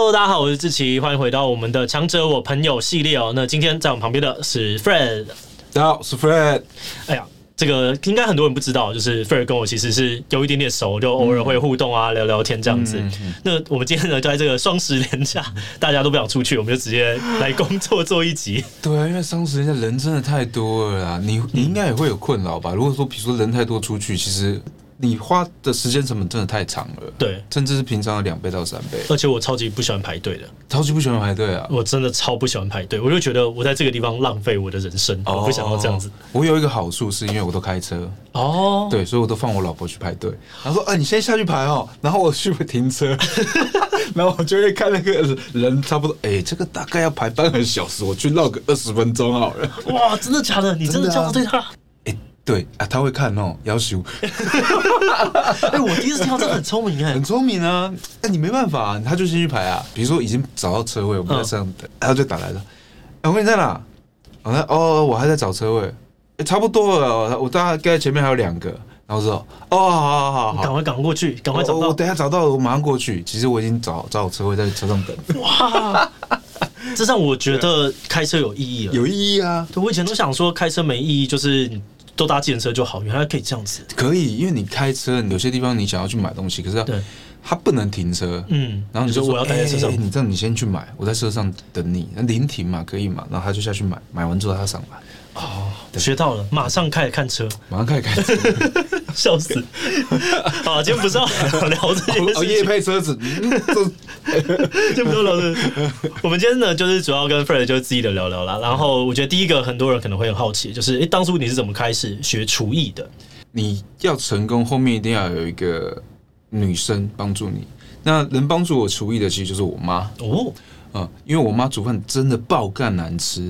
Hello， 大家好，我是志祺，欢迎回到我们的强者我朋友系列哦。那今天在我们旁边的是 Fred， 大家好，我是 Fred。 哎呀，这个应该很多人不知道，就是 Fred 跟我其实是有一点点熟，就偶尔会互动啊，聊聊天这样子。那我们今天呢，就在这个双十连假，大家都不想出去，我们就直接来工作做一集。 对啊，因为双十连假人真的太多了啦，你应该也会有困扰吧？如果说比如说人太多出去，其实你花的时间成本真的太长了， 对， 甚至是平常的2倍到3倍。 而且我超级不喜欢排队的， 超级不喜欢排队啊！ 我真的超不喜欢排队，我就觉得我在这个地方浪费我的人生，我不想要这样子。 我有一个好处是因为我都开车哦， 对，所以我都放我老婆去排队。然后说，你先下去排哦，然后我去停车，然后我就会看那个人差不多，这个大概要排半个小时，我去绕个20分钟好了。 哇，真的假的？你真的这样对他？ 对啊，他会看哦，要求。 我第一次听到，真的很聪明很聪明啊！你没办法，他就先去排啊。比如说已经找到车位，我们在车上等，他就打来了。我问你在哪？我还在找车位。差不多了，我大概前面还有2个。然后说，好， 赶快赶过去，赶快找到。 我等一下找到了，我马上过去。其实我已经找好车位，在车上等。 哇！这让我觉得开车有意义了。 有意义啊！ 我以前都想说开车没意义，就是你都搭计程车就好，原来可以这样子。 可以，因为你开车，有些地方你想要去买东西，可是它不能停车。然后你就说我要待在车上， 你这样你先去买，我在车上等你。那临停嘛，可以嘛？然后他就下去买，买完之后他上来。 学到了，马上开始看车，笑死！好，今天不是要聊这件事情， 业配车子， 就不用聊这。我们今天呢，就是主要跟 Fred 就是自己的聊聊啦。然后我觉得第一个很多人可能会很好奇，就是当初你是怎么开始学厨艺的？ 你要成功，后面一定要有一个女生帮助你。那能帮助我厨艺的，其实就是我妈哦。因为我妈煮饭真的爆干难吃。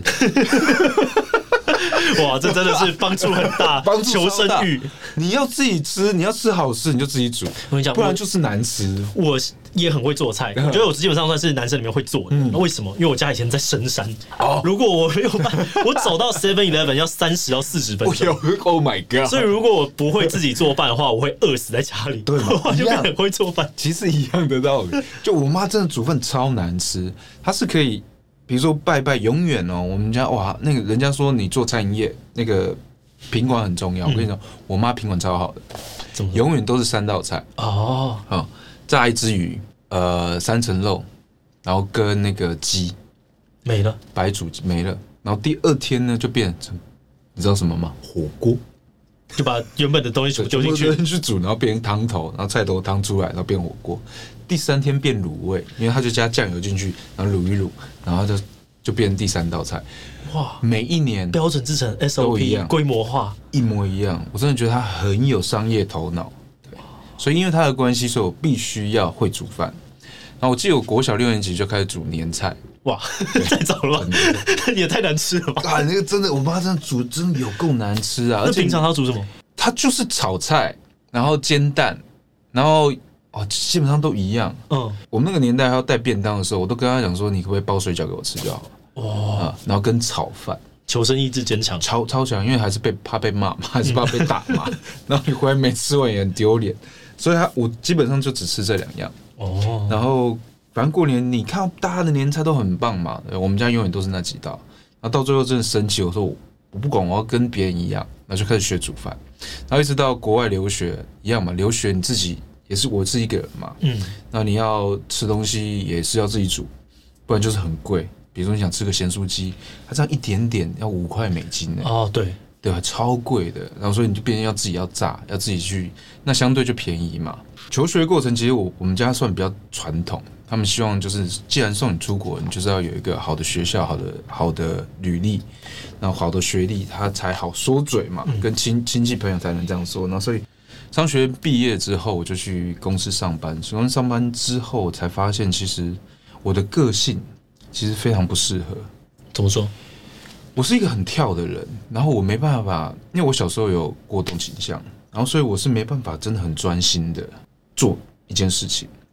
哇，这真的是帮助很大，求生欲。 你要自己吃，你要吃好吃，你就自己煮。我跟你讲，不然就是难吃。 我也很会做菜，我觉得我基本上算是男生里面会做的。为什么？因为我家以前在深山。如果我没有办法，我走到 7-Eleven 要30到40分钟。 Oh my god！ 所以如果我不会自己做饭的话，我会饿死在家里。 对， 我就很会做饭。 其实一样的道理。就我妈真的煮饭超难吃，她是可以。比如说拜拜，永远哦，我们家哇，那个人家说你做餐饮业，那个品管很重要。我跟你说，我妈品管超好的，永远都是3道菜炸一只鱼，3层肉，然后跟那个鸡没了， 白煮没了，然后第2天呢就变成你知道什么吗？火锅， 就把原本的东西丢进去煮，然后变成汤头，然后菜头汤出来，然后变火锅。第3天变卤味，因为他就加酱油进去，然后卤一卤，然后就变成第3道菜。哇！每一年标准制成 SOP 规模化， 一模一样。我真的觉得他很有商业头脑。对，所以因为他的关系，所以我必须要会煮饭。然后我记得我国小6年级就开始煮年菜。哇，太早了吧？也太难吃了吧？那个真的，我妈真的煮真的有够难吃啊！ 那平常她煮什么？ 她就是炒菜，然后煎蛋，然后。基本上都一样。我们那个年代还要带便当的时候，我都跟他讲说，你可不可以包水饺给我吃就好了。然后跟炒饭， 求生意志坚强， 超强，因为还是怕被骂嘛，还是怕被打嘛。然后你回来没吃完也很丢脸，所以我基本上就只吃这2样。然后反正过年你看到大家的年菜都很棒嘛，我们家永远都是那几道。然后到最后真的生气，我说我不管，我要跟别人一样，然后就开始学煮饭。然后一直到国外留学一样嘛，留学你自己。也是我自己一个人嘛，那你要吃东西也是要自己煮，不然就是很贵。比如说你想吃个咸酥鸡，它这样一点点要5块美金呢。对吧？超贵的。然后所以你就变成要自己要炸，要自己去，那相对就便宜嘛。求学过程其实我们家算比较传统，他们希望就是既然送你出国，你就是要有一个好的学校、好的履历，然后好的学历，他才好说嘴嘛，跟亲戚朋友才能这样说。那所以。商学院毕业之后，我就去公司上班。公司上班之后，才发现其实我的个性其实非常不适合。 怎么说？ 我是一个很跳的人，然后我没办法，因为我小时候有过动倾向，然后所以我是没办法真的很专心的做一件事情。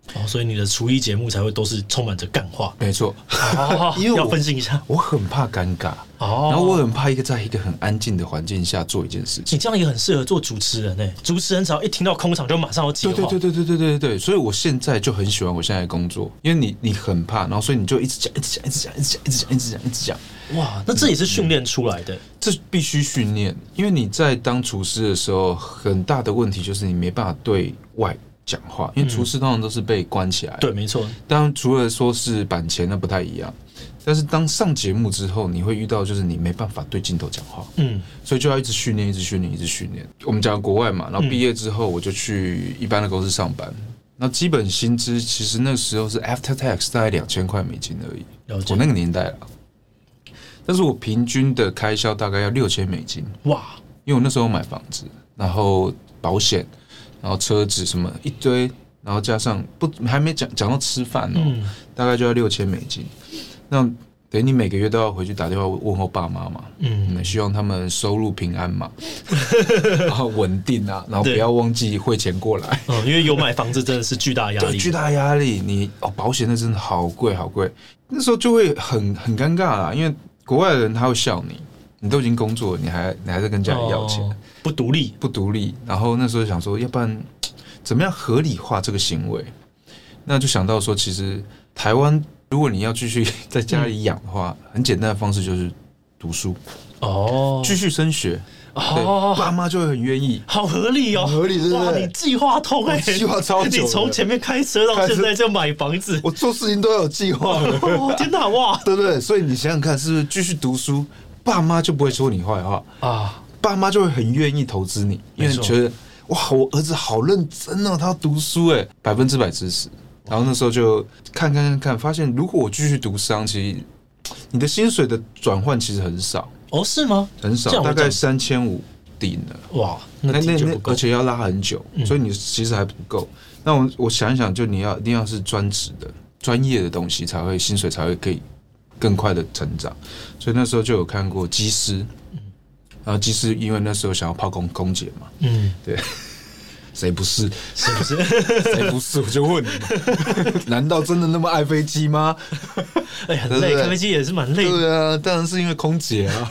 所以你的厨艺节目才会都是充满着干话。 没错， 因为要分析一下， 我很怕尴尬，然后我很怕在一个很安静的环境下做一件事情。 你这样也很适合做主持人主持人只要一听到空场就马上要接话。 对，所以我现在就很喜欢我现在的工作，因为你很怕，然后所以你就一直讲。 哇，那这也是训练出来的。 这必须训练，因为你在当厨师的时候，很大的问题就是你没办法对外讲话，因为厨师通常都是被关起来。 对，没错。 当然，除了说是板前，那不太一样。但是当上节目之后，你会遇到就是你没办法对镜头讲话，所以就要一直训练。我们讲国外嘛，然后毕业之后我就去一般的公司上班，那基本薪资其实那时候是 after tax 大概$2000而已，我那个年代了。但是我平均的开销大概要$6000，哇！因为我那时候买房子，然后保险，然后车子什么一堆，然后加上还没讲到吃饭大概就要$6000。那等于你每个月都要回去打电话问候爸妈嘛，希望他们收入平安嘛，然后稳定啊，然后不要忘记汇钱过来。 因为有买房子真的是巨大压力， 巨大压力。你保险那真的好贵，那时候就会很尴尬啦，因为国外的人他会笑你，你都已经工作了，你还在跟家里要钱， 不独立。然后那时候想说，要不然怎么样合理化这个行为？那就想到说，其实台湾如果你要继续在家里养的话，很简单的方式就是读书继续升学。爸妈就会很愿意， 好合理哦， 合理对不对？ 哇，你计划通计划超久， 你从前面开车到现在就买房子， 我做事情都有计划了。 天哪，哇， 对不对？所以你想想看，是不是继续读书，爸妈就不会说你坏话啊？爸妈就会很愿意投资你，因为觉得哇，我儿子好认真哦，他要读书100%支持。然后那时候就看，发现如果我继续读商，其实你的薪水的转换其实很少。 是吗？ 很少，大概3500顶了。哇，那而且要拉很久，所以你其实还不够。那我想一想，就一定要是专职的、专业的东西，薪水才会可以更快的成长。所以那时候就有看过机师，然后机师因为那时候想要泡空姐嘛，对。谁不是？谁不是？我就问你嘛，难道真的那么爱飞机吗？ 很累，开飞机也是蛮累的。 对啊，当然是因为空姐啊。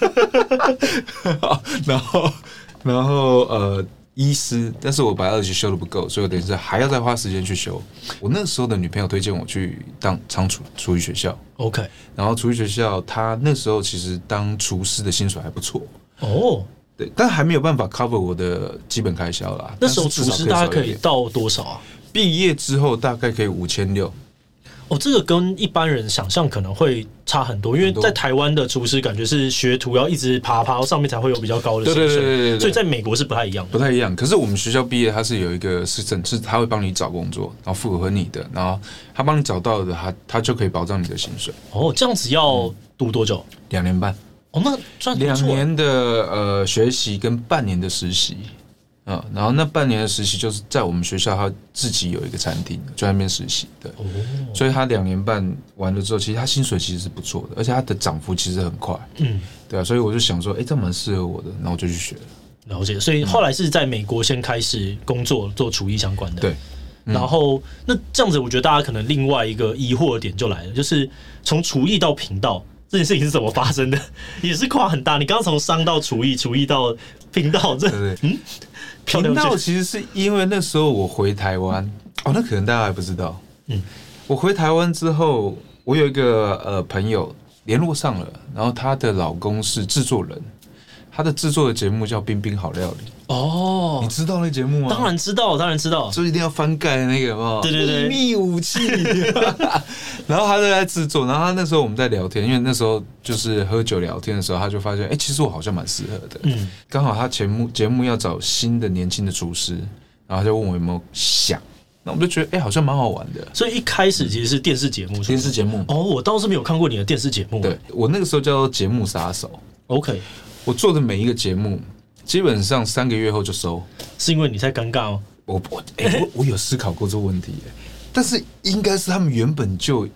然后医师，但是我biology修的不够，所以我等于是还要再花时间去修。我那时候的女朋友推荐我去当厨艺学校 ，OK。然后厨艺学校，他那时候其实当厨师的薪水还不错对，但还没有办法 cover 我的基本开销啦。 那时候厨师大概可以到多少啊？ 毕业之后大概可以5600。 这个跟一般人想象可能会差很多，因为在台湾的厨师感觉是学徒要一直爬到上面才会有比较高的薪水，对，所以在美国是不太一样的。 不太一样。可是我们学校毕业，他是有一个是他会帮你找工作，然后符合你的，然后他帮你找到的，他就可以保障你的薪水。 这样子要读多久 ？2年半。 那算不错。 2年的学习跟半年的实习，然后那半年的实习就是在我们学校，他自己有一个餐厅，就在那边实习的。所以他2年半完了之后，其实他薪水其实是不错的，而且他的涨幅其实很快。对啊，所以我就想说，这蛮适合我的，然后我就去学了。 了解，所以后来是在美国先开始工作，做厨艺相关的。 对。 然后那这样子，我觉得大家可能另外一个疑惑的点就来了，就是从厨艺到频道。这件事情是怎么发生的？也是跨很大。你刚刚从商到厨艺，厨艺到频道， 频道其实是因为那时候我回台湾，那可能大家还不知道。我回台湾之后，我有一个朋友联络上了，然后她的老公是制作人，他的制作的节目叫《冰冰好料理》。你知道那节目吗？ 当然知道， 就一定要翻盖的那个嘛。 对， 秘密武器。然后他就在制作，然后他那时候我们在聊天，因为那时候就是喝酒聊天的时候，他就发现，其实我好像蛮适合的。刚好他节目要找新的年轻的厨师，然后他就问我有没有想。那我们就觉得，好像蛮好玩的。 所以一开始其实是电视节目。 电视节目。 我倒是没有看过你的电视节目。 对，我那个时候叫做节目杀手。 OK。 我做的每一个节目，基本上3个月后就收。 是因为你在尴尬吗？ 我有思考过这个问题，但是应该是他们原本就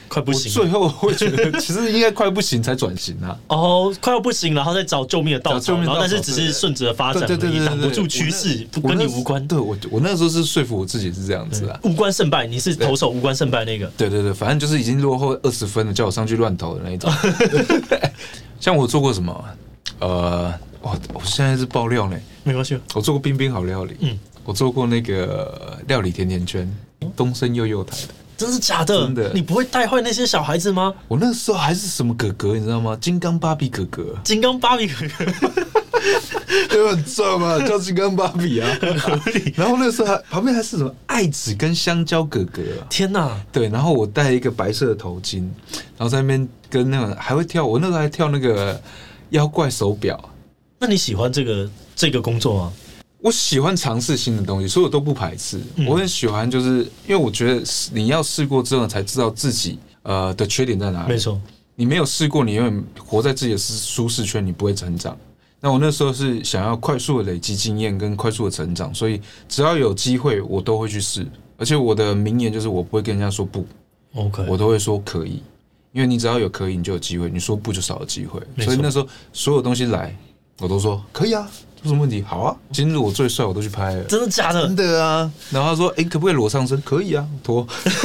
快不行了。 最后会觉得，其实应该快不行才转型啊。 哦，快要不行，然后再找救命的稻草，然后但是只是顺着发展而已，挡不住趋势，不跟你无关。 对，我那时候是说服我自己是这样子啊， 无关胜败，你是投手无关胜败那个。 对对对，反正就是已经落后20分了，叫我上去乱投的那一种。像我做过什么？我现在是爆料呢， 没关系。 我做过冰冰好料理，我做过那个料理甜甜圈，东森幼幼台的。 真是假的？ 真的， 你不会带坏那些小孩子吗？ 我那时候还是什么哥哥，你知道吗？金刚芭比哥哥， 金刚芭比哥哥， 因为很壮嘛，叫金刚芭比啊，很合理。然后那时候旁边还是什么爱子跟香蕉哥哥啊！ 天哪！对， 然后我戴一个白色的头巾，然后在那边跟那种还会跳，我那时候还跳那个妖怪手表。 那你喜欢这个工作吗？ 我喜欢尝试新的东西，所以我都不排斥。我很喜欢，就是因为我觉得你要试过之后才知道自己的缺点在哪里。 没错， 你没有试过，你永远活在自己的舒适圈，你不会成长。那我那时候是想要快速的累积经验跟快速的成长，所以只要有机会，我都会去试。而且我的名言就是我不会跟人家说不 ，OK， 我都会说可以，因为你只要有可以，你就有机会；你说不就少了机会。所以那时候所有东西来，我都说可以啊。有什么问题？好啊！今日我最帅，我都去拍了。 真的假的？ 真的啊！然后他说：“可不可以裸上身？”可以啊，脱。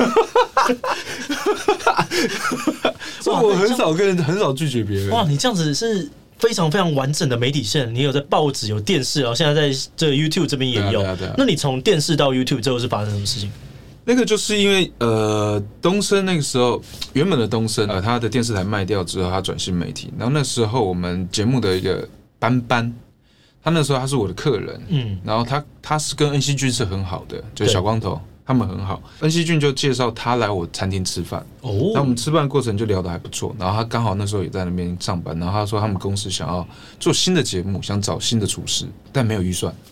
所以我很少拒绝别人。 哇，你这样子是非常非常完整的媒体线。你有在报纸、有电视，然后现在在这个 YouTube 这边也有。那你从电视到 YouTube 最后是发生什么事情？ 那个就是因为东森那个时候原本的东森他的电视台卖掉之后，他转新媒体。然后那时候我们节目的一个班。他那时候他是我的客人，然后他是跟恩熙俊是很好的，就是小光头他们很好。恩熙俊就介绍他来我餐厅吃饭，那我们吃饭的过程就聊得还不错。然后他刚好那时候也在那边上班，然后他说他们公司想要做新的节目，想找新的厨师，但没有预算。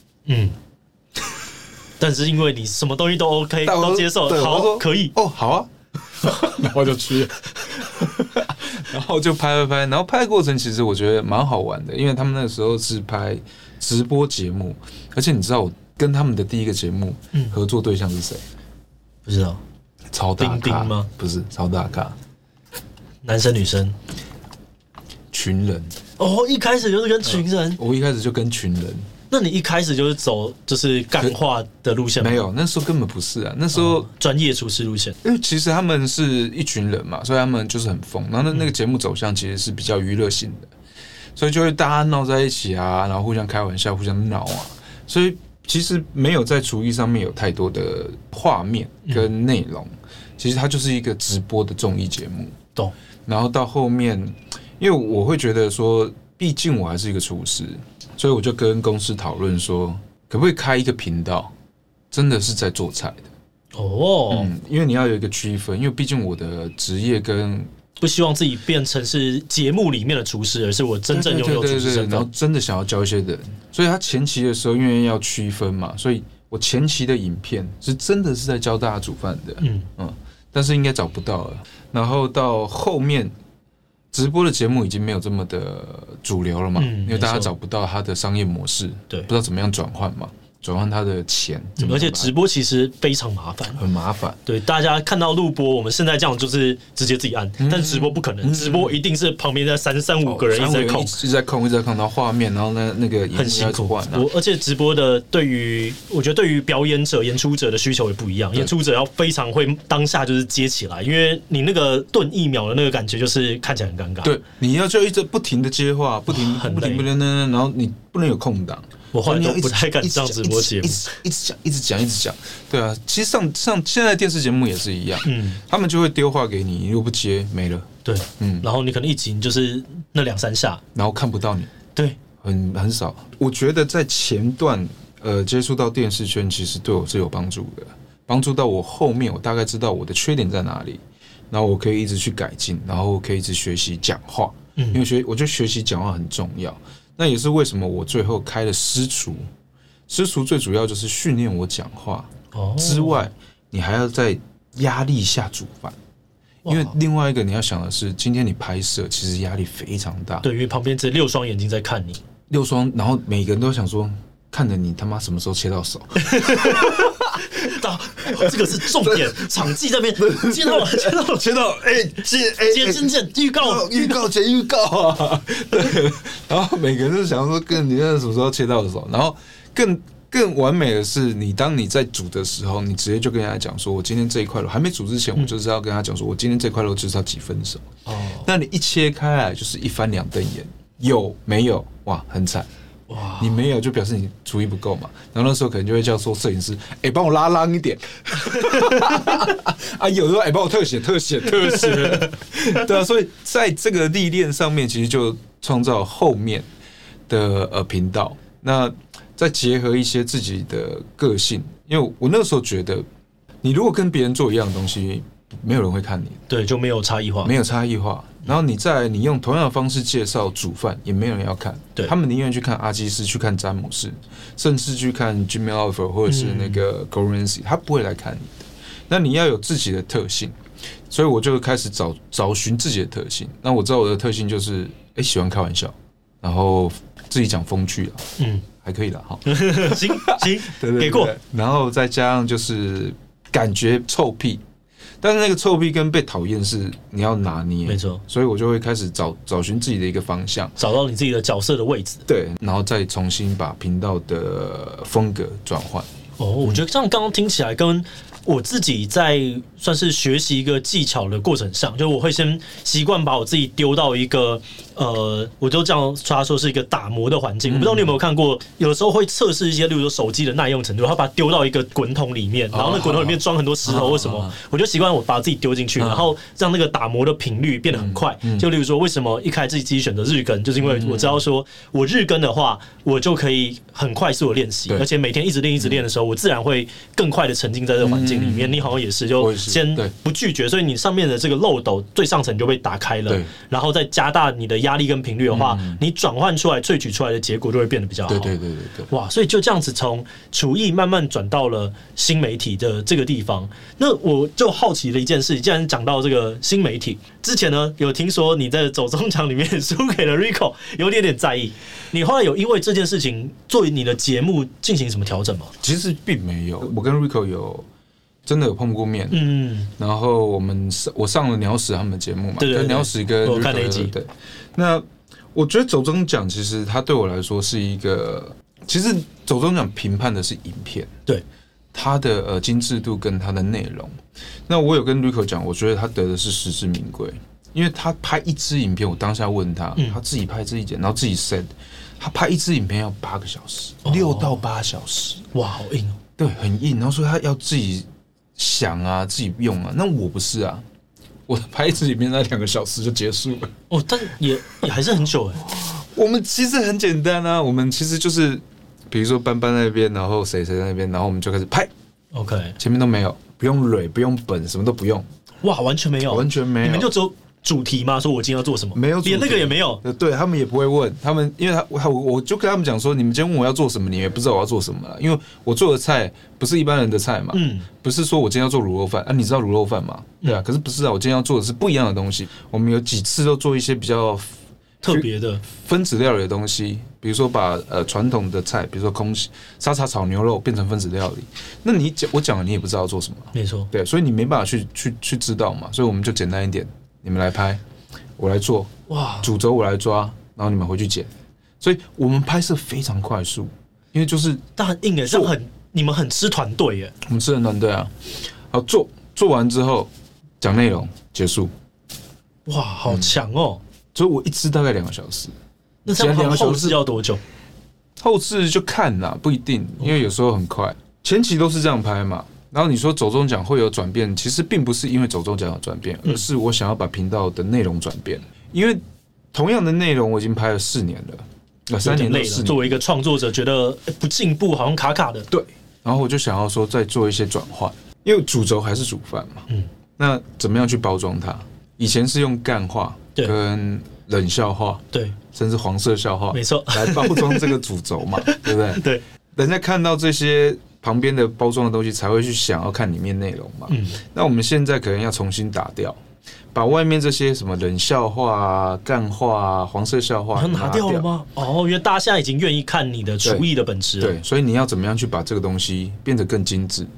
但是因为你什么东西都 OK， 都接受，好，可以哦，好啊，然后就去了。然后就拍，然后拍的过程其实我觉得蛮好玩的，因为他们那个时候是拍直播节目，而且你知道我跟他们的第一个节目合作对象是谁？ 不知道， 超大咖冰冰吗？ 不是，超大咖， 男生女生， 群人。 哦，一开始就是跟群人， 我一开始就跟群人。 那你一开始就是走就是干化的路线吗？ 没有，那时候根本不是啊，那时候专业厨师路线。 因为其实他们是一群人嘛，所以他们就是很疯。然后那个节目走向其实是比较娱乐性的，所以就会大家闹在一起啊，然后互相开玩笑，互相闹啊。所以其实没有在厨艺上面有太多的画面跟内容，其实它就是一个直播的综艺节目。 懂。 然后到后面，因为我会觉得说，毕竟我还是一个厨师。所以我就跟公司讨论说，可不可以开一个频道，真的是在做菜的哦。因为你要有一个区分，因为毕竟我的职业跟不希望自己变成是节目里面的厨师，而是我真正拥有厨师身份， 然后真的想要教一些人。所以他前期的时候，因为要区分嘛，所以我前期的影片是真的是在教大家煮饭的。但是应该找不到了。然后到后面。直播的节目已经没有这么的主流了嘛，因为大家找不到它的商业模式，对，不知道怎么样转换嘛，转换它的钱， 而且直播其实非常麻烦， 很麻烦。 对，大家看到录播，我们现在这样就是直接自己按，但直播不可能，直播一定是旁边在三五个人一直在控， 一直在控，然后画面，然后那个很辛苦。而且直播的我觉得对于表演者、演出者的需求也不一样，演出者要非常会当下就是接起来，因为你那个顿1秒的那个感觉就是看起来很尴尬。 对，你要就一直不停的接话，不停，然后你不能有空档。 我后来都不太敢上直播节目， 一直讲。对啊，其实上现在电视节目也是一样，他们就会丢话给你，你如果不接没了。 对，然后你可能一集就是那2-3下， 然后看不到你。 对， 很少。我觉得在前段接触到电视圈，其实对我是有帮助的，帮助到我后面，我大概知道我的缺点在哪里，然后我可以一直去改进，然后可以一直学习讲话，因为我觉得学习讲话很重要。那也是为什么我最后开了私厨。私厨最主要就是训练我讲话之外，你还要在压力下煮饭。因为另外一个你要想的是，今天你拍摄其实压力非常大。 对，因为旁边这6双眼睛在看你 ，6双，然后每个人都想说，看着你他妈什么时候切到手。 这个是重点，场记这边接到了，接真正预告啊，对，然后每个人都想说，你那什么时候切到手，然后更完美的是，当你在煮的时候，你直接就跟人家讲说，我今天这一块肉还没煮之前，我就是要跟他讲说，我今天这块肉就是要几分熟。那你一切开来就是一翻两瞪眼，有没有？哇，很惨。哇，你没有就表示你厨艺不够嘛。然后那时候可能就会叫说摄影师，帮我拉浪一点。啊，有的时候帮我特写。对啊，所以在这个历练上面，其实就创造后面的频道。那再结合一些自己的个性，因为我那个时候觉得，你如果跟别人做一样的东西，没有人会看你， 对，就没有差异化， 然后你用同样的方式介绍煮饭，也没有人要看，对，他们宁愿去看阿基斯，去看詹姆士，甚至去看 Jimmy Oliver 或者是那个 Gordon Ramsay，他不会来看你的。那你要有自己的特性，所以我就开始找寻自己的特性。那我知道我的特性就是，喜欢开玩笑，然后自己讲风趣啊，还可以啦， 行， 对，给过。然后再加上就是感觉臭屁，但是那个臭屁跟被讨厌是你要拿捏， 没错。所以我就会开始找寻自己的一个方向， 找到你自己的角色的位置， 对，然后再重新把频道的风格转换。 我觉得这样刚刚听起来跟我自己在算是学习一个技巧的过程上，就我会先习惯把我自己丢到一个我就这样他说是一个打磨的环境。我不知道你有没有看过，有的时候会测试一些，例如说手机的耐用程度，他把它丢到一个滚筒里面，然后那滚筒里面装很多石头或什么，我就习惯我把自己丢进去，然后让那个打磨的频率变得很快。就例如说，为什么一开始自己选择日更，就是因为我知道说我日更的话，我就可以很快速的练习，而且每天一直练的时候，我自然会更快的沉浸在这个环境里面。你好像也是，就先不拒绝，所以你上面的这个漏斗最上层就被打开了，然后再加大你的压力跟频率的话，你转换出来萃取出来的结果就会变得比较好。对。哇，所以就这样子从厨艺慢慢转到了新媒体的这个地方。那我就好奇的一件事，既然讲到这个新媒体，之前呢有听说你在走中奖里面输给了 Rico， 有点在意。你后来有因为这件事情作为你的节目进行什么调整吗？ 其实并没有，我跟 Rico 真的有碰过面，然后我上了鸟屎他们的节目嘛， 对， 鸟屎跟我看那一集， 对。那我觉得走中奖其实它对我来说是一个，其实走中奖评判的是影片， 对， 它的精致度跟它的内容。那我有跟 Rico 讲，我觉得他得的是实至名归，因为他拍一支影片，我当下问他，他自己拍自己剪，然后自己 set， 他拍一支影片要8个小时，6到8小时， 哇，好硬哦， 对，很硬。然后所以他要自己想啊，自己用啊，那我不是啊，我拍一支影片那2个小时就结束了。 但也还是很久哎。 我们其实很简单啊，我们其实就是，比如说班那边，然后谁那边，然后我们就开始拍。 OK， 前面都没有，不用蕊，不用本，什么都不用。 哇，完全没有， 完全没有。 你们就只有主题吗？说我今天要做什么？ 没有主题， 连那个也没有。 对，他们也不会问他们，因为我就跟他们讲说，你们今天问我要做什么，你也不知道我要做什么了，因为我做的菜不是一般人的菜嘛，不是说我今天要做卤肉饭啊，你知道卤肉饭吗？对啊，可是不是啊，我今天要做的是不一样的东西。我们有几次都做一些比较特别的分子料理的东西，比如说把传统的菜，比如说沙茶炒牛肉变成分子料理，那我讲了你也不知道要做什么， 没错， 对，所以你没办法去知道嘛，所以我们就简单一点，你们来拍，我来做，哇，主轴我来抓，然后你们回去剪，所以我们拍摄非常快速，因为就是但很硬耶，这你们很吃团队耶， 我们吃人团队啊，好做完之后讲内容结束， 哇，好强哦。 所以我一支大概2个小时， 那这样后置要多久？ 后置就看啦，不一定，因为有时候很快。前期都是这样拍嘛。然后你说走中奖会有转变，其实并不是因为走中奖有转变，而是我想要把频道的内容转变。因为同样的内容我已经拍了4年了，3年累了。 作为一个创作者，觉得不进步，好像卡卡的。 对。然后我就想要说再做一些转换，因为主轴还是煮饭嘛。那怎么样去包装它？以前是用干话跟冷笑话，对，甚至黄色笑话， 没错， 来包装这个主轴嘛，对不对？ 对， 人家看到这些旁边的包装的东西，才会去想要看里面内容嘛。那我们现在可能要重新打掉，把外面这些什么冷笑话啊、干话啊、黄色笑话拿掉了吗？因为大家现在已经愿意看你的厨艺的本质了。 对，所以你要怎么样去把这个东西变得更精致、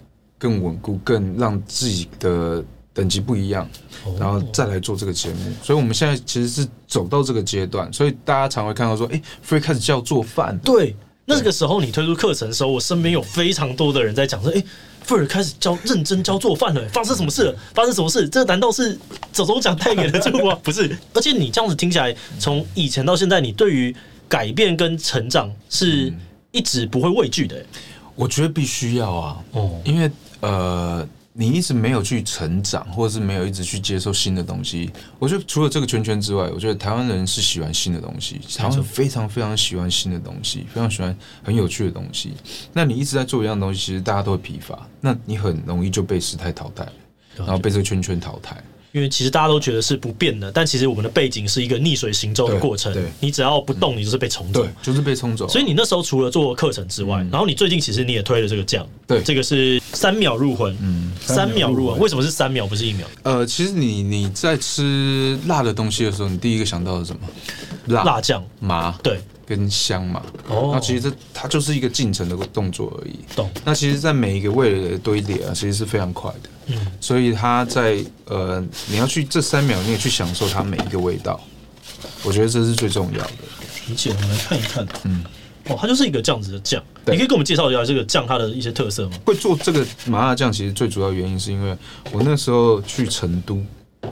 更稳固，更让自己的等级不一样，然后再来做这个节目。所以我们现在其实是走到这个阶段，所以大家常会看到说，Free 开始教做饭。 对，那个时候你推出课程的时候，我身边有非常多的人在讲说，Free 开始认真教做饭了，发生什么事了？发生什么事？这难道是走走奖带给的祝福吗？不是，而且你这样子听起来，从以前到现在，你对于改变跟成长是一直不会畏惧的。 我觉得必须要啊，因为你一直没有去成长，或者是没有一直去接受新的东西。我觉得除了这个圈圈之外，我觉得台湾人是喜欢新的东西，台湾非常非常喜欢新的东西，非常喜欢很有趣的东西。那你一直在做一样东西，其实大家都会疲乏，那你很容易就被时代淘汰，然后被这个圈圈淘汰。 因为其实大家都觉得是不变的，但其实我们的背景是一个逆水行舟的过程。你只要不动，你就是被冲走， 对，就是被冲走。 所以你那时候除了做课程之外，然后你最近其实你也推了这个酱， 对， 这个是3秒入魂，3秒入魂，为什么是3秒不是1秒？ 其实你在吃辣的东西的时候，你第一个想到的是什么？ 辣酱、 麻， 对。 跟香嘛，那其实它就是一个进程的动作而已。 懂。 那其实，在每一个味蕾的堆叠啊，其实是非常快的。所以它在你要去这3秒，你也去享受它每一个味道，我觉得这是最重要的。 理解，我们来看一看。它就是一个这样子的酱。你可以跟我们介绍一下这个酱它的一些特色吗？ 会做这个麻辣酱，其实最主要原因是因为我那时候去成都。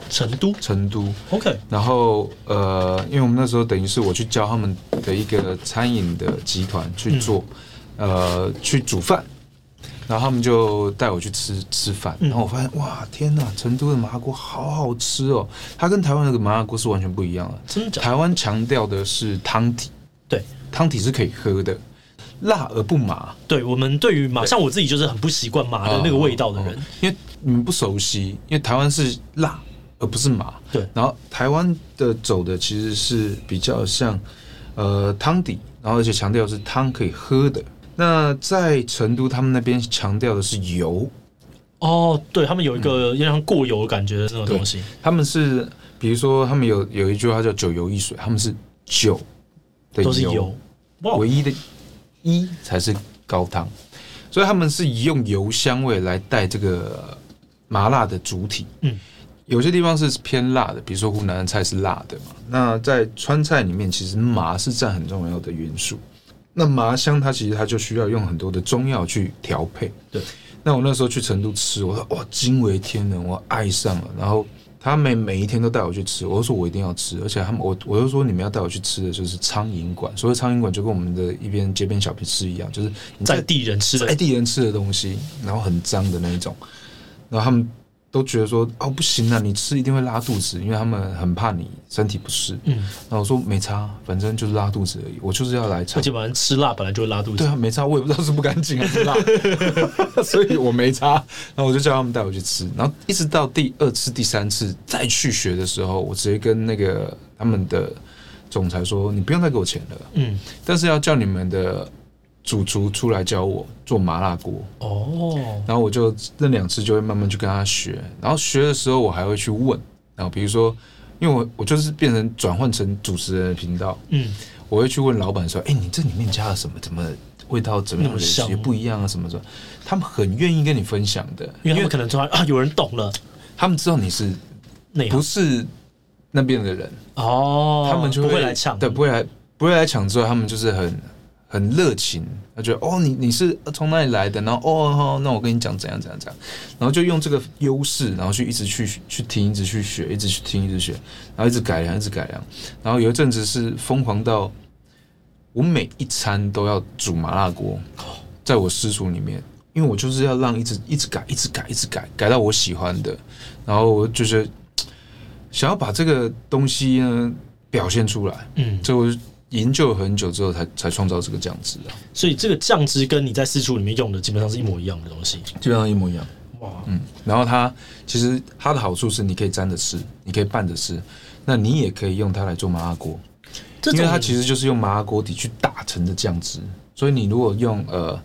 OK。 然后因为我们那时候等于是我去教他们的一个餐饮的集团去做，去煮饭，然后他们就带我去吃饭，然后我发现哇，天哪，成都的麻辣锅好好吃哦！它跟台湾那个麻辣锅是完全不一样的。 真的假的？ 台湾强调的是汤底，对，汤底是可以喝的。辣而不麻， 对我们对于麻，像我自己就是很不习惯麻的那个味道的人， 因为你们不熟悉，因为台湾是辣而不是麻， 对。 然后台湾的走的其实是比较像汤底，然后而且强调的是汤可以喝的。那在成都他们那边强调的是油， 对他们有一个有点像过油的感觉的那种东西。 他们是比如说他们有一句话叫九油一水，他们是酒的油都是油， 唯一的一才是高汤，所以他们是用油香味来带这个麻辣的主体。有些地方是偏辣的，比如说湖南菜是辣的嘛。那在川菜里面，其实麻是占很重要的元素。那麻香它其实它就需要用很多的中药去调配。 对。 那我那时候去成都吃，我说哇，惊为天人，我爱上了。然后他们每一天都带我去吃，我就说我一定要吃，而且我就说你们要带我去吃的就是苍蝇馆。所谓苍蝇馆就跟我们的一边街边小吃吃一样，就是在地人吃的东西，然后很脏的那一种。然后他们都觉得说不行啊，你吃一定会拉肚子，因为他们很怕你身体不适。然后我说没差，反正就是拉肚子而已，我就是要来尝。 而且反正吃辣本来就会拉肚子。 对啊，没差，我也不知道是不干净还是辣，所以我没差。然后我就叫他们带我去吃，然后一直到第2次、第3次再去学的时候，我直接跟那个他们的总裁说：“你不用再给我钱了，但是要叫你们的主厨出来教我做麻辣锅。”然后我就那2次就会慢慢去跟他学，然后学的时候我还会去问，然后比如说，因为我就是变成转换成主持人的频道，我会去问老板说：“你这里面加了什么？怎么味道怎么样的也不一样啊？什么什么？”他们很愿意跟你分享的， 因为他们可能突然有人懂了， 他们知道你是不是那边的人他们就不会来抢， 对，不会来抢之外，他们就是很热情，他觉得你是从哪里来的，然后那我跟你讲怎样怎样怎样，然后就用这个优势，然后一直去听，一直去学，一直去听，一直学，然后一直改良，一直改良，然后有一阵子是疯狂到我每一餐都要煮麻辣锅，在我私厨里面，因为我就是要让一直改，一直改，一直改，改到我喜欢的，然后我就是想要把这个东西呢表现出来，所以我研究了很久之后才创造这个酱汁啊。 所以这个酱汁跟你在私厨里面用的基本上是一模一样的东西， 基本上一模一样。哇，然后其实它的好处是你可以沾着吃，你可以拌着吃，那你也可以用它来做麻辣锅，因为它其实就是用麻辣锅底去打成的酱汁。所以你如果用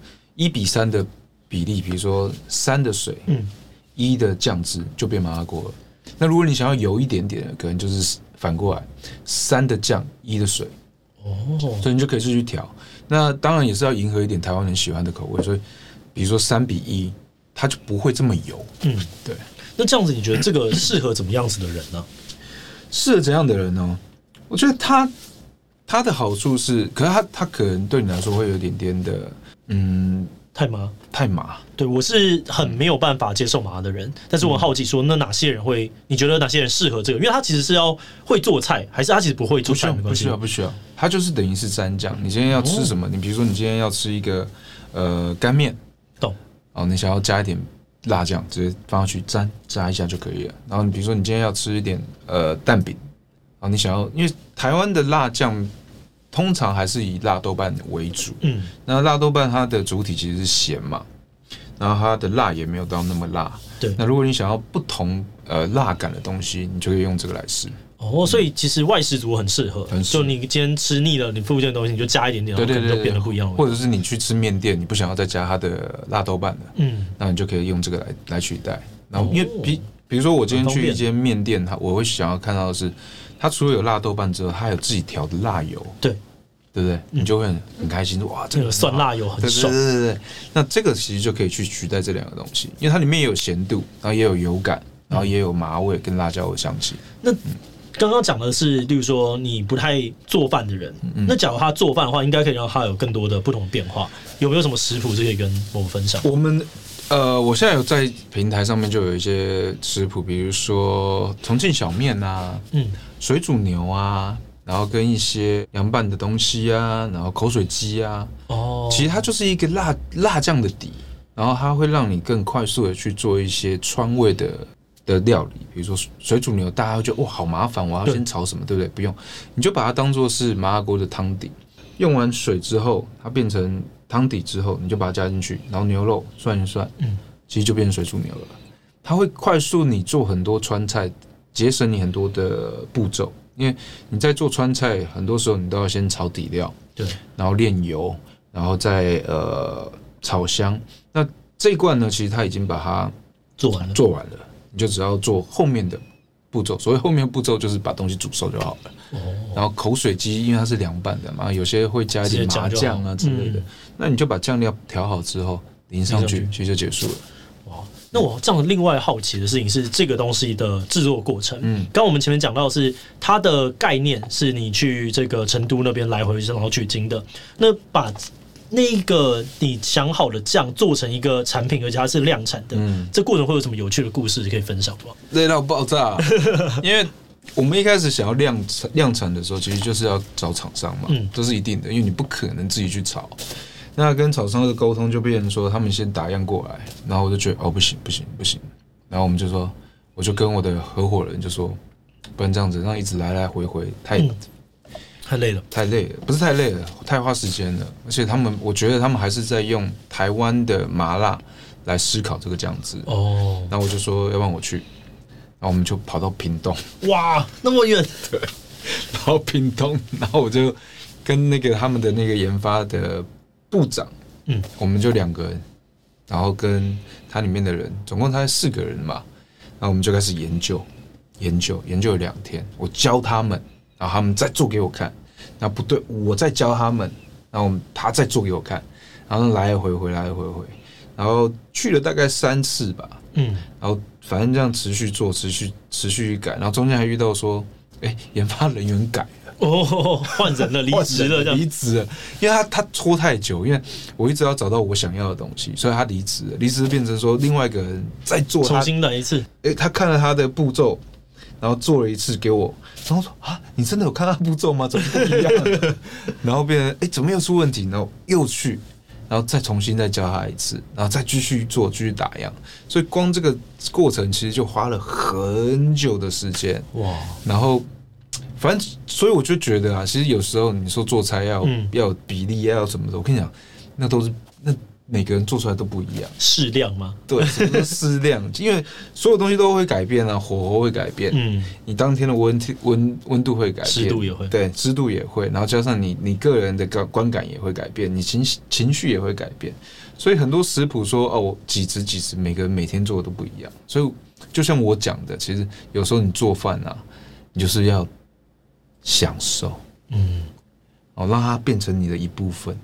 1:3的比例，比如说3的水，1的酱汁就变麻辣锅了。那如果你想要油一点点的，可能就是反过来，3的酱，1的水。所以你就可以去调。那当然也是要迎合一点台湾人喜欢的口味，所以比如说3:1， 它就不会这么油。对。 那这样子，你觉得这个适合怎么样子的人呢？ 适合怎样的人呢？我觉得他的好处是，可是他可能对你来说会有点点的， 太麻。对，我是很没有办法接受麻的人，但是我很好奇说，那哪些人会？你觉得哪些人适合这个？因为他其实是要会做菜，还是他其实不会做菜？ 不需要，他就是等于是蘸酱。你今天要吃什么？你比如说你今天要吃一个干面， 懂？ 哦，你想要加一点辣酱，直接放上去炸一下就可以了。然后你比如说你今天要吃一点蛋饼，然后你想要，因为台湾的辣酱通常还是以辣豆瓣为主，那辣豆瓣它的主体其实是咸嘛，然后它的辣也没有到那么辣。 对， 那如果你想要不同辣感的东西，你就可以用这个来试。 所以其实外食族很适合，就你今天吃腻了，你附近的东西你就加一点点，对，就变得不一样了。 或者是你去吃面店，你不想要再加它的辣豆瓣的，那你就可以用这个来取代。然后因为比如说我今天去一间面店，我会想要看到的是，它除了有辣豆瓣之后，它有自己调的辣油，对不对？你就会很开心，哇，这个酸辣油很爽。 对。那这个其实就可以去取代这两个东西，因为它里面也有咸度，然后也有油感，然后也有麻味跟辣椒的香气。 那刚刚讲的是，例如说你不太做饭的人，那假如他做饭的话，应该可以让他有更多的不同的变化。有没有什么食谱是可以跟我们分享？ 我现在有在平台上面就有一些食谱，比如说重庆小面啊，水煮牛啊，然后跟一些凉拌的东西啊，然后口水鸡啊，其实它就是一个辣酱的底，然后它会让你更快速的去做一些川味的料理，比如说水煮牛，大家会觉得哇好麻烦，我要先炒什么，对不对？不用，你就把它当做是麻辣锅的汤底，用完水之后，它变成汤底之后，你就把它加进去，然后牛肉涮一涮，其实就变成水煮牛了。它会快速你做很多川菜，节省你很多的步骤，因为你在做川菜，很多时候你都要先炒底料，对，然后炼油，然后再炒香。那这一罐呢，其实它已经把它做完了。你就只要做后面的步骤，所谓后面的步骤就是把东西煮熟就好了。然后口水鸡因为它是凉拌的嘛，有些会加一点麻酱啊之类的，那你就把酱料调好之后淋上去，其实就结束了。 哇，那我这样另外好奇的事情是这个东西的制作过程。刚刚我们前面讲到的是它的概念是你去这个成都那边来回然后取经的，那把那个你想好的酱做成一个产品，而且它是量产的，这过程会有什么有趣的故事可以分享吗？ 累到爆炸，因为我们一开始想要量产的时候，其实就是要找厂商嘛，这是一定的，因为你不可能自己去炒。那跟厂商的沟通就变成说，他们先打样过来，然后我就觉得不行，然后我们就说，我就跟我的合伙人就说，不然这样子，让一直来来回回太累了， 不是太累了，太花时间了。而且我觉得他们还是在用台湾的麻辣来思考这个酱汁。然后我就说，要不然我去，然后我们就跑到屏东， 哇，那么远， 对，然后屏东，然后我就跟那个他们的那个研发的部长，我们就2个人，然后跟他里面的人，总共才4个人嘛，然后我们就开始研究了2天，我教他们。然后他们再做给我看，然后不对，我再教他们，然后他再做给我看，然后来回，然后去了大概3次吧，然后反正这样持续做，持续改，然后中间还遇到说，研发人员改了， 换人了，离职了， 因为他拖太久，因为我一直要找到我想要的东西，所以他离职变成说另外一个人再做， 重新来一次， 他看了他的步骤，然后做了一次给我。然后说你真的有看他步骤吗？怎么不一样？然后变成怎么又出问题？然后又去，然后再重新再教他一次，然后再继续做，继续打样。所以光这个过程其实就花了很久的时间。哇！然后反正所以我就觉得其实有时候你说做菜要有比例，要什么的，我跟你讲，那都是每个人做出来都不一样， 适量吗？ 对，什么都适量，因为所有东西都会改变啊，火候会改变，你当天的温度会改变， 湿度也会， 对，湿度也会，然后加上你个人的观感也会改变，你情绪也会改变，所以很多食谱说我几时，每个人每天做的都不一样，所以就像我讲的，其实有时候你做饭你就是要享受，让它变成你的一部分。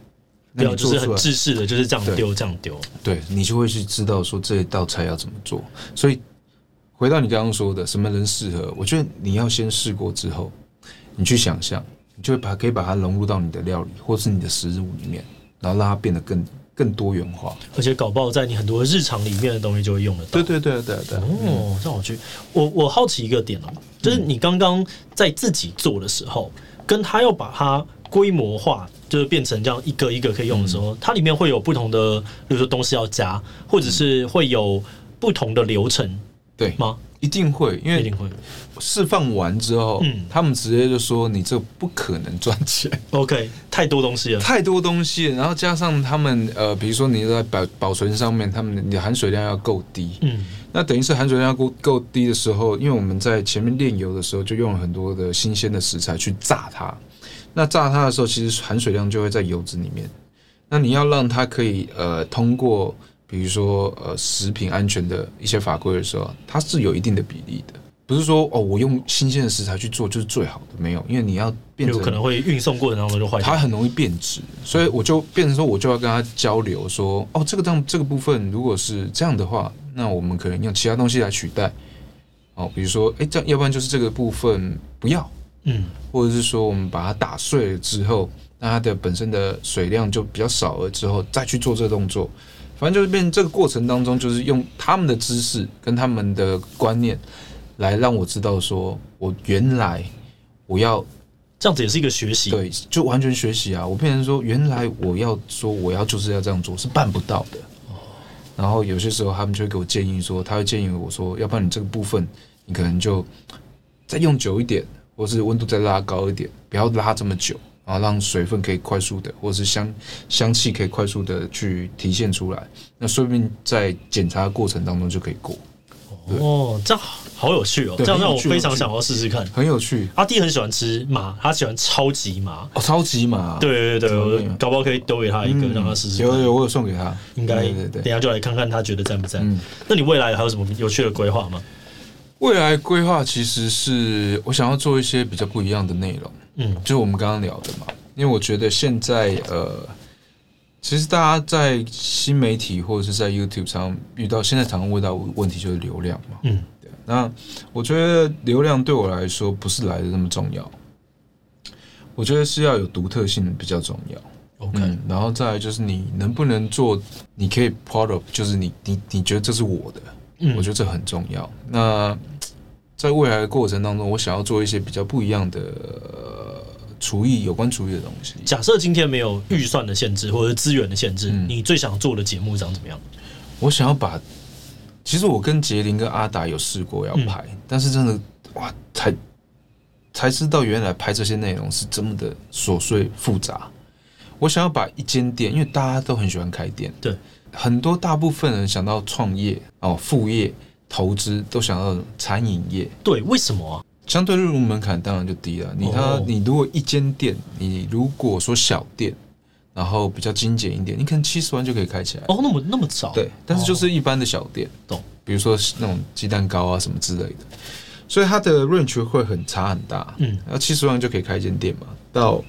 不要就是很制式的，就是这样丢这样丢。 对，你就会去知道说这一道菜要怎么做。所以回到你刚刚说的，什么人适合？我觉得你要先试过之后，你去想象，你就会可以把它融入到你的料理或是你的食物里面，然后让它变得更多元化。 而且搞不好在你很多日常里面的东西就会用得到。 对。 哦，这样我好奇一个点哦，就是你刚刚在自己做的时候，跟他要把它规模化，就是变成这样一个一个可以用的时候，它里面会有不同的，比如说东西要加，或者是会有不同的流程， 对吗？ 一定会，因为一定会释放完之后，他们直接就说你这不可能赚钱。 OK， 太多东西了， 太多东西了，然后加上他们比如说你在保存上面，你的含水量要够低，那等于是含水量够低的时候，因为我们在前面炼油的时候就用了很多的新鲜的食材去炸它。那炸它的时候，其实含水量就会在油脂里面。那你要让它可以通过，比如说食品安全的一些法规的时候，它是有一定的比例的，不是说我用新鲜的食材去做就是最好的，没有，因为你要变成有可能会运送过程当中就坏掉， 它很容易变质，所以我就变成说我就要跟他交流说，这个部分如果是这样的话，那我们可能用其他东西来取代，比如说这样，要不然就是这个部分不要。或者是说我们把它打碎了之后，那它的本身的水量就比较少了之后，再去做这个动作，反正就是变成这个过程当中，就是用他们的知识跟他们的观念来让我知道说，我原来我要这样子也是一个学习， 对，就完全学习啊！我变成说，原来我要就是要这样做是办不到的。然后有些时候他们就会给我建议说，他会建议我说，要不然你这个部分你可能就再用久一点。或是温度再拉高一点，不要拉这么久，然后让水分可以快速的，或是香气可以快速的去体现出来。那说不定在检查的过程当中就可以过。 这样好有趣哦！这样让我非常想要试试看， 很有趣。 阿弟很喜欢吃麻，他喜欢超级麻。 超级麻。 对，我搞不好可以丢给他一个，让他试试看。 有，我有送给他。 应该等一下就来看看他觉得赞不赞。那你未来还有什么有趣的规划吗？ 未来规划其实是我想要做一些比较不一样的内容，就是我们刚刚聊的嘛。因为我觉得现在其实大家在新媒体或者是在 YouTube 上现在常常问到问题就是流量嘛。对。那我觉得流量对我来说不是来的那么重要，我觉得是要有独特性比较重要。 OK， 然后再来就是你能不能做，你可以 part of， 就是你觉得这是我的。我觉得这很重要。那在未来的过程当中，我想要做一些比较不一样的有关厨艺的东西。 假设今天没有预算的限制或者资源的限制，你最想做的节目长怎么样？ 我想要其实我跟杰林跟阿达有试过要拍，但是真的哇，才知道原来拍这些内容是这么的琐碎复杂。我想要把一间店，因为大家都很喜欢开店，对。大部分人想到创业副业投资都想到餐饮业，对，为什么啊？相对入门槛当然就低了。你如果一间店，你如果说小店，然后比较精简一点，你可能70万就可以开起来。那么早？对，但是就是一般的小店，懂？比如说那种鸡蛋糕啊什么之类的，所以它的 range 会差很大。然后70万就可以开一间店嘛，到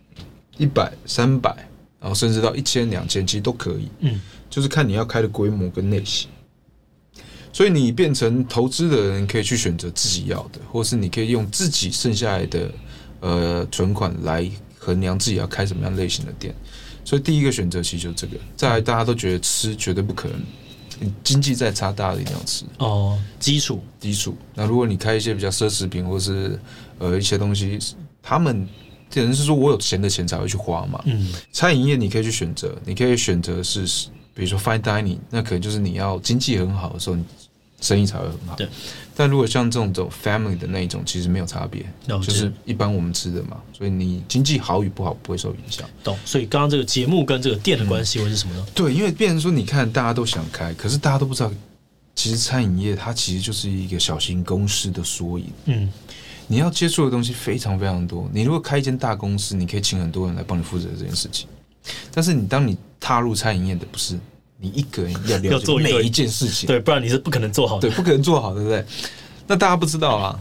100、300，然后甚至到1000、2000，其实都可以。就是看你要开的规模跟类型，所以你变成投资的人可以去选择自己要的，或是你可以用自己剩下来的存款来衡量自己要开什么样类型的店。所以第一个选择其实就是这个。再来，大家都觉得吃绝对不可能，你经济再差，大家一定要吃基础。那如果你开一些比较奢侈品，或是一些东西，他们有人是说我有钱的钱才会去花嘛。餐饮业你可以去选择，你可以选择是。比如说 fine dining， 那可能就是你要经济很好的时候，你生意才会很好。对。但如果像这种 family 的那一种，其实没有差别，就是一般我们吃的嘛。所以你经济好与不好不会受影响。懂。所以刚刚这个节目跟这个店的关系会是什么呢？对，因为变成说，你看大家都想开，可是大家都不知道，其实餐饮业它其实就是一个小型公司的缩影。你要接触的东西非常非常多。你如果开一间大公司，你可以请很多人来帮你负责这件事情。但是当你踏入餐饮业的，不是你一个人要了解每一件事情，对，不然你是不可能做好的，对，不可能做好，对不对？那大家不知道啊，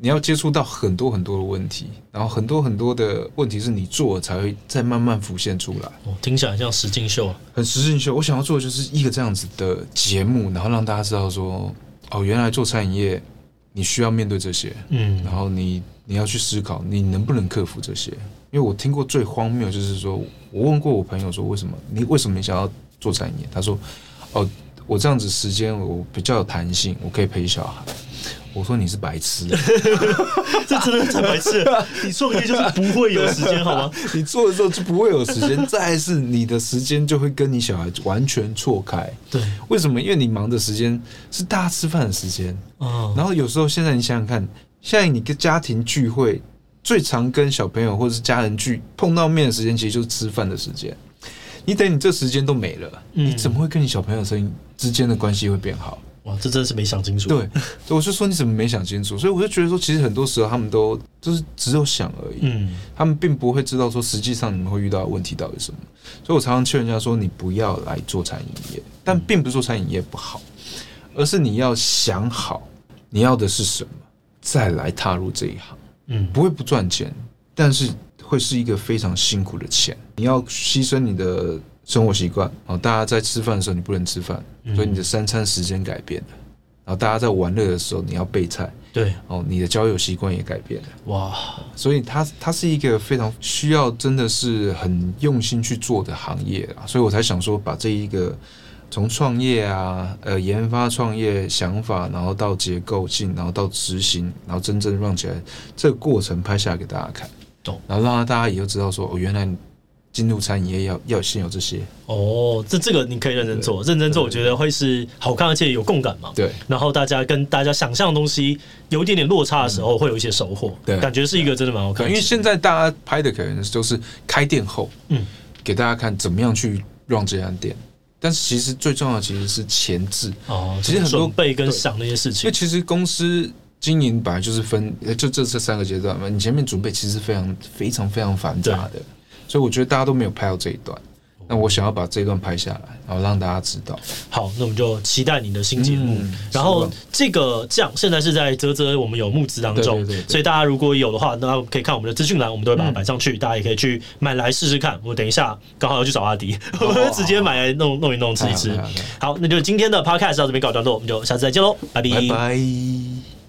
你要接触到很多很多的问题，然后很多很多的问题是你做了才会再慢慢浮现出来。 听起来像实境秀， 很实境秀。我想要做的就是一个这样子的节目，然后让大家知道说，原来做餐饮业你需要面对这些，然后你要去思考你能不能克服这些。因为我听过最荒谬就是说，我问过我朋友说，为什么你想要做餐饮业？他说，我这样子时间我比较有弹性，我可以陪小孩。我说你是白痴， 这真的太白痴了。你创业就是不会有时间，好吗？ 你做的时候就不会有时间，再来是你的时间就会跟你小孩完全错开。 对， 为什么？因为你忙的时间是大家吃饭的时间，然后有时候现在你想想看，现在你跟家庭聚会最常跟小朋友或者是家人碰到面的时间，其实就是吃饭的时间。你等你这时间都没了，你怎么会跟你小朋友之间的关系会变好？ 哇，这真的是没想清楚。 对，我就说你怎么没想清楚？所以我就觉得说，其实很多时候他们就是只有想而已，他们并不会知道说实际上你们会遇到的问题到底是什么。所以我常常劝人家说，你不要来做餐饮业，但并不是说餐饮业不好，而是你要想好你要的是什么，再来踏入这一行。不会不赚钱，但是会是一个非常辛苦的钱。你要牺牲你的生活习惯，大家在吃饭的时候你不能吃饭，所以你的3餐时间改变了。然后大家在玩乐的时候你要备菜， 对， 你的交友习惯也改变了。 哇， 所以它是一个非常需要真的是很用心去做的行业啦。所以我才想说把这一个从创业研发创业想法，然后到结构性，然后到执行，然后真正run起来这个过程拍下来给大家看，然后让大家以后知道说，原来进入餐饮业要先有这些。 这个你可以认真做，认真做，我觉得会是好看而且有共感嘛。 对， 然后大家跟大家想象的东西有一点点落差的时候，会有一些收获。对，感觉是一个真的蛮好看的。 因为现在大家拍的可能就是开店后，给大家看怎么样去run这家店。但是其实最重要的其实是前置其实很多准备跟想那些事情。 因为其实公司经营本来就是分这3个阶段嘛，你前面准备其实非常非常非常繁杂的，所以我觉得大家都没有拍到这一段。那我想要把这一段拍下来，然后让大家知道。 好，那我们就期待你的新节目。然后这个酱现在是在嘖我们有募资当中，所以大家如果有的话，那可以看我们的资讯栏，我们都会把它摆上去，大家也可以去买来试试看。我等一下刚好要去找阿迪，我直接买来弄一弄吃一吃。好，那就今天的 podcast 到这边告一段落，我们就下次再见喽，拜拜。